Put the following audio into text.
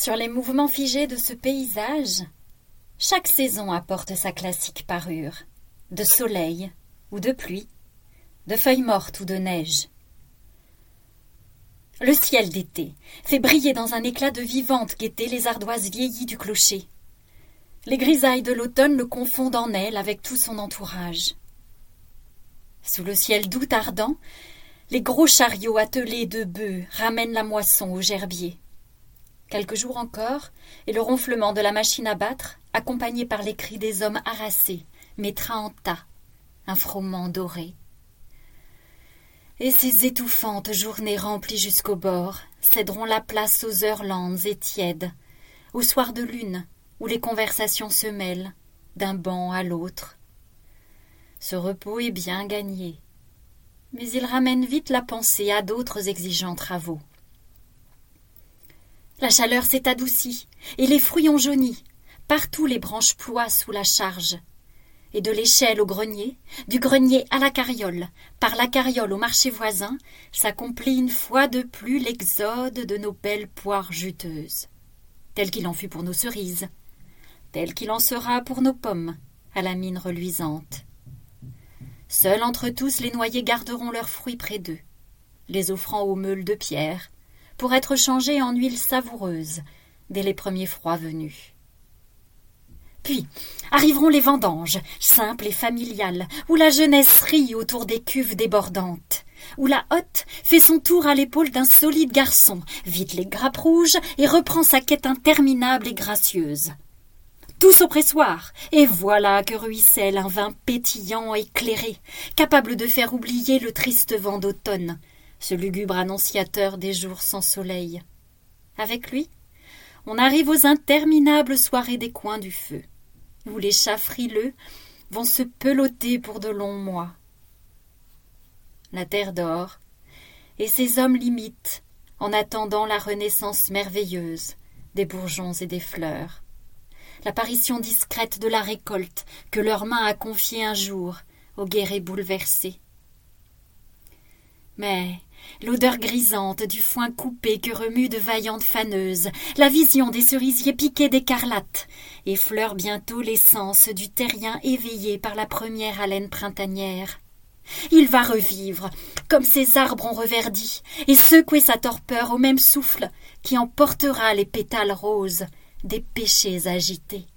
Sur les mouvements figés de ce paysage, chaque saison apporte sa classique parure, de soleil ou de pluie, de feuilles mortes ou de neige. Le ciel d'été fait briller dans un éclat de vivante gaieté les ardoises vieillies du clocher. Les grisailles de l'automne le confondent en elle avec tout son entourage. Sous le ciel d'août ardent, les gros chariots attelés de bœufs ramènent la moisson au gerbier. Quelques jours encore, et le ronflement de la machine à battre, accompagné par les cris des hommes harassés, mettra en tas un froment doré. Et ces étouffantes journées remplies jusqu'au bord céderont la place aux heures lentes et tièdes, aux soirs de lune où les conversations se mêlent d'un banc à l'autre. Ce repos est bien gagné, mais il ramène vite la pensée à d'autres exigeants travaux. La chaleur s'est adoucie, et les fruits ont jauni. Partout les branches ploient sous la charge. Et de l'échelle au grenier, du grenier à la carriole, par la carriole au marché voisin, s'accomplit une fois de plus l'exode de nos belles poires juteuses. Tel qu'il en fut pour nos cerises, tel qu'il en sera pour nos pommes, à la mine reluisante. Seuls entre tous les noyers garderont leurs fruits près d'eux, les offrant aux meules de pierre, pour être changés en huile savoureuse dès les premiers froids venus. Puis arriveront les vendanges, simples et familiales, où la jeunesse rit autour des cuves débordantes, où la hotte fait son tour à l'épaule d'un solide garçon, vide les grappes rouges et reprend sa quête interminable et gracieuse. Tous au pressoir, et voilà que ruisselle un vin pétillant, éclairé, capable de faire oublier le triste vent d'automne, ce lugubre annonciateur des jours sans soleil. Avec lui, on arrive aux interminables soirées des coins du feu, où les chats frileux vont se peloter pour de longs mois. La terre dort, et ses hommes l'imitent, en attendant la renaissance merveilleuse des bourgeons et des fleurs, l'apparition discrète de la récolte que leur main a confiée un jour aux guerriers bouleversés. Mais l'odeur grisante du foin coupé que remuent de vaillantes faneuses, la vision des cerisiers piqués d'écarlate, effleure bientôt l'essence du terrien éveillé par la première haleine printanière. Il va revivre, comme ces arbres ont reverdi, et secouer sa torpeur au même souffle qui emportera les pétales roses des péchés agités.